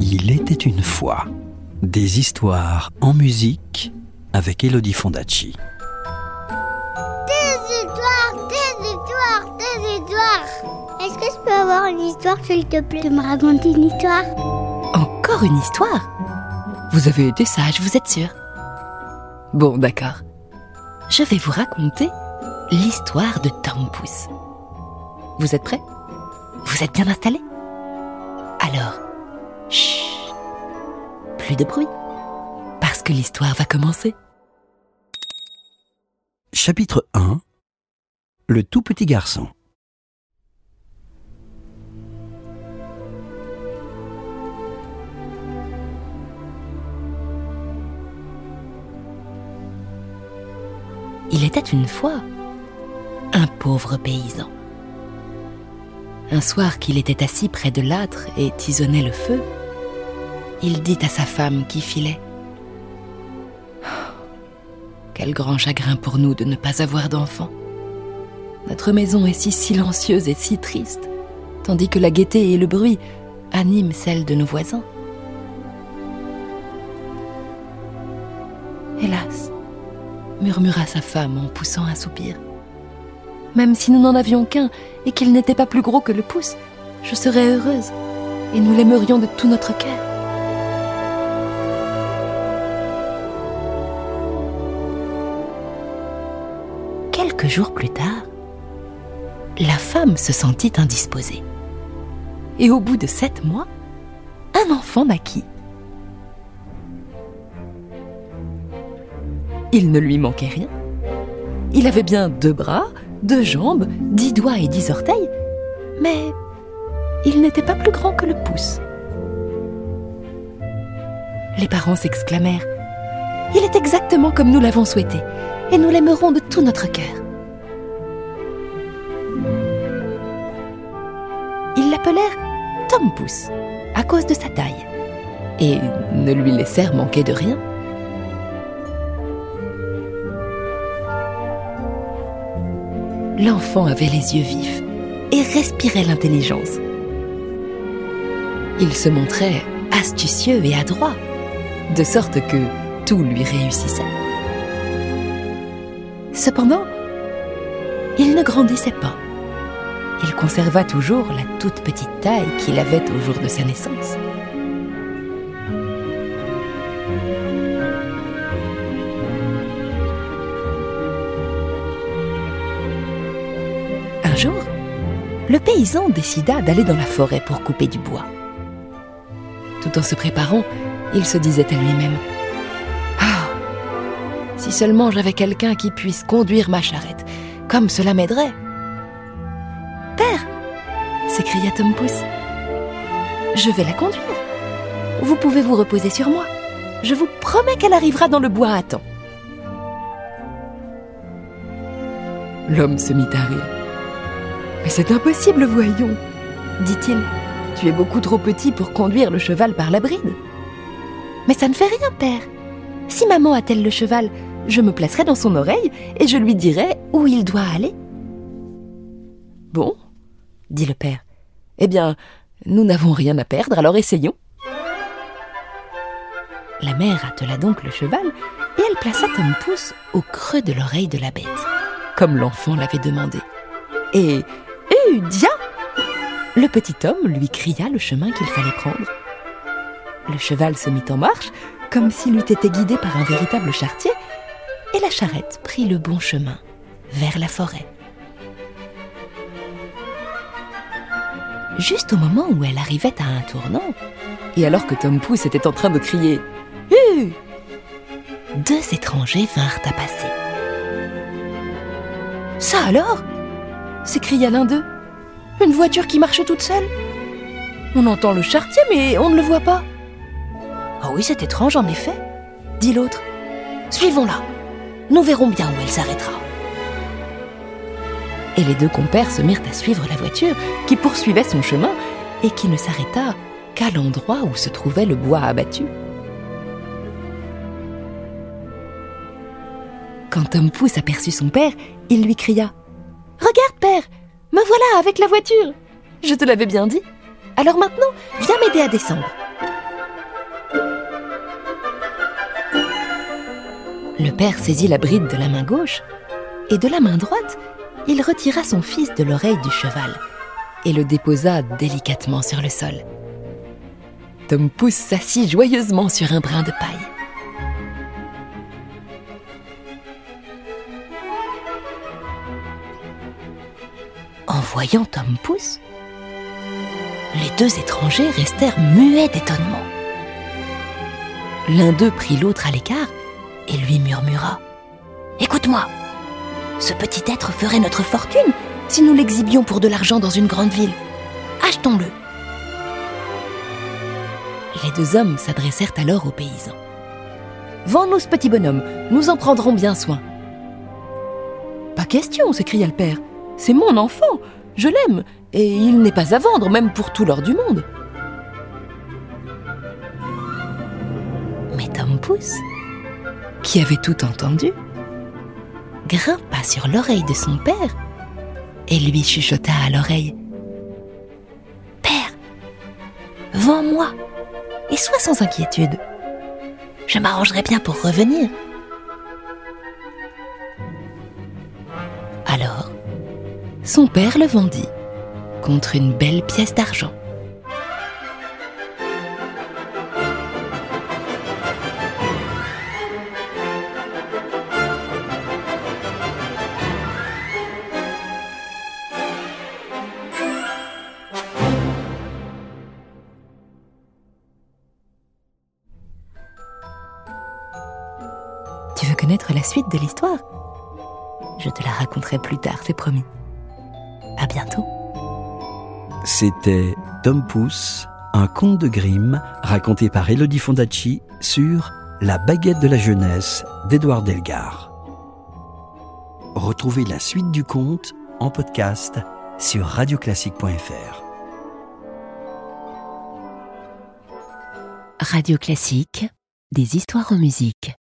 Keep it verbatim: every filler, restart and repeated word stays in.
Il était une fois des histoires en musique avec Elodie Fondacci. Des histoires, des histoires, des histoires. Est-ce que je peux avoir une histoire, s'il te plaît, de me raconter une histoire? Encore une histoire? Vous avez été sage, vous êtes sûr? Bon, d'accord. Je vais vous raconter l'histoire de Tom Pouce. Vous êtes prêts? Vous êtes bien installés? Alors, chut, plus de bruit, parce que l'histoire va commencer. Chapitre un. Le tout petit garçon. Il était une fois un pauvre paysan. Un soir qu'il était assis près de l'âtre et tisonnait le feu, il dit à sa femme qui filait: « Quel grand chagrin pour nous de ne pas avoir d'enfants. Notre maison est si silencieuse et si triste, tandis que la gaieté et le bruit animent celle de nos voisins. » Hélas, murmura sa femme en poussant un soupir. Même si nous n'en avions qu'un et qu'il n'était pas plus gros que le pouce, je serais heureuse et nous l'aimerions de tout notre cœur. Quelques jours plus tard, la femme se sentit indisposée. Et au bout de sept mois, un enfant naquit. Il ne lui manquait rien. Il avait bien deux bras, deux jambes, dix doigts et dix orteils, mais il n'était pas plus grand que le pouce. Les parents s'exclamèrent: « Il est exactement comme nous l'avons souhaité, et nous l'aimerons de tout notre cœur. » Ils l'appelèrent Tom Pouce, à cause de sa taille, et ne lui laissèrent manquer de rien. L'enfant avait les yeux vifs et respirait l'intelligence. Il se montrait astucieux et adroit, de sorte que tout lui réussissait. Cependant, il ne grandissait pas. Il conserva toujours la toute petite taille qu'il avait au jour de sa naissance. Un jour, le paysan décida d'aller dans la forêt pour couper du bois. Tout en se préparant, il se disait à lui-même: « Ah, si seulement j'avais quelqu'un qui puisse conduire ma charrette, comme cela m'aiderait !»« Père !» s'écria Tom Pouce. « Je vais la conduire. Vous pouvez vous reposer sur moi. Je vous promets qu'elle arrivera dans le bois à temps. » L'homme se mit à rire. « Mais c'est impossible, voyons, dit-il. Tu es beaucoup trop petit pour conduire le cheval par la bride. »« Mais ça ne fait rien, père. Si maman attelle le cheval, je me placerai dans son oreille et je lui dirai où il doit aller. »« Bon, dit le père. Eh bien, nous n'avons rien à perdre, alors essayons. » La mère attela donc le cheval et elle plaça Tom Pouce au creux de l'oreille de la bête, comme l'enfant l'avait demandé. Et « Udia !» le petit homme lui cria le chemin qu'il fallait prendre. Le cheval se mit en marche, comme s'il eût été guidé par un véritable charretier, et la charrette prit le bon chemin, vers la forêt. Juste au moment où elle arrivait à un tournant, et alors que Tom Pouce était en train de crier « Hu !», deux étrangers vinrent à passer. « Ça alors !» s'écria l'un d'eux. « Une voiture qui marche toute seule. On entend le charretier, mais on ne le voit pas. »« Ah oui, c'est étrange en effet, » dit l'autre. « Suivons-la, nous verrons bien où elle s'arrêtera. » Et les deux compères se mirent à suivre la voiture qui poursuivait son chemin et qui ne s'arrêta qu'à l'endroit où se trouvait le bois abattu. Quand Tom Pouce aperçut son père, il lui cria « Regarde, père, me voilà avec la voiture. Je te l'avais bien dit. Alors maintenant, viens m'aider à descendre. » père saisit la bride de la main gauche et de la main droite, il retira son fils de l'oreille du cheval et le déposa délicatement sur le sol. Tom Pouce s'assit joyeusement sur un brin de paille. En voyant Tom Pouce, les deux étrangers restèrent muets d'étonnement. L'un d'eux prit l'autre à l'écart et lui murmura « Écoute-moi, ce petit être ferait notre fortune si nous l'exhibions pour de l'argent dans une grande ville. Achetons-le !» Les deux hommes s'adressèrent alors aux paysans. « Vends-nous ce petit bonhomme, nous en prendrons bien soin. »« Pas question !» s'écria le père. « C'est mon enfant, je l'aime, et il n'est pas à vendre, même pour tout l'or du monde. » Mais Tom Pouce, qui avait tout entendu, grimpa sur l'oreille de son père et lui chuchota à l'oreille « Père, vends-moi et sois sans inquiétude. Je m'arrangerai bien pour revenir. » Alors, son père le vendit contre une belle pièce d'argent. Tu veux connaître la suite de l'histoire ? Je te la raconterai plus tard, c'est promis. À bientôt. C'était Tom Pouce, un conte de Grimm raconté par Elodie Fondacci sur La baguette de la jeunesse d'Édouard Delgard. Retrouvez la suite du conte en podcast sur radio classique point f r. Radio Classique, des histoires en musique.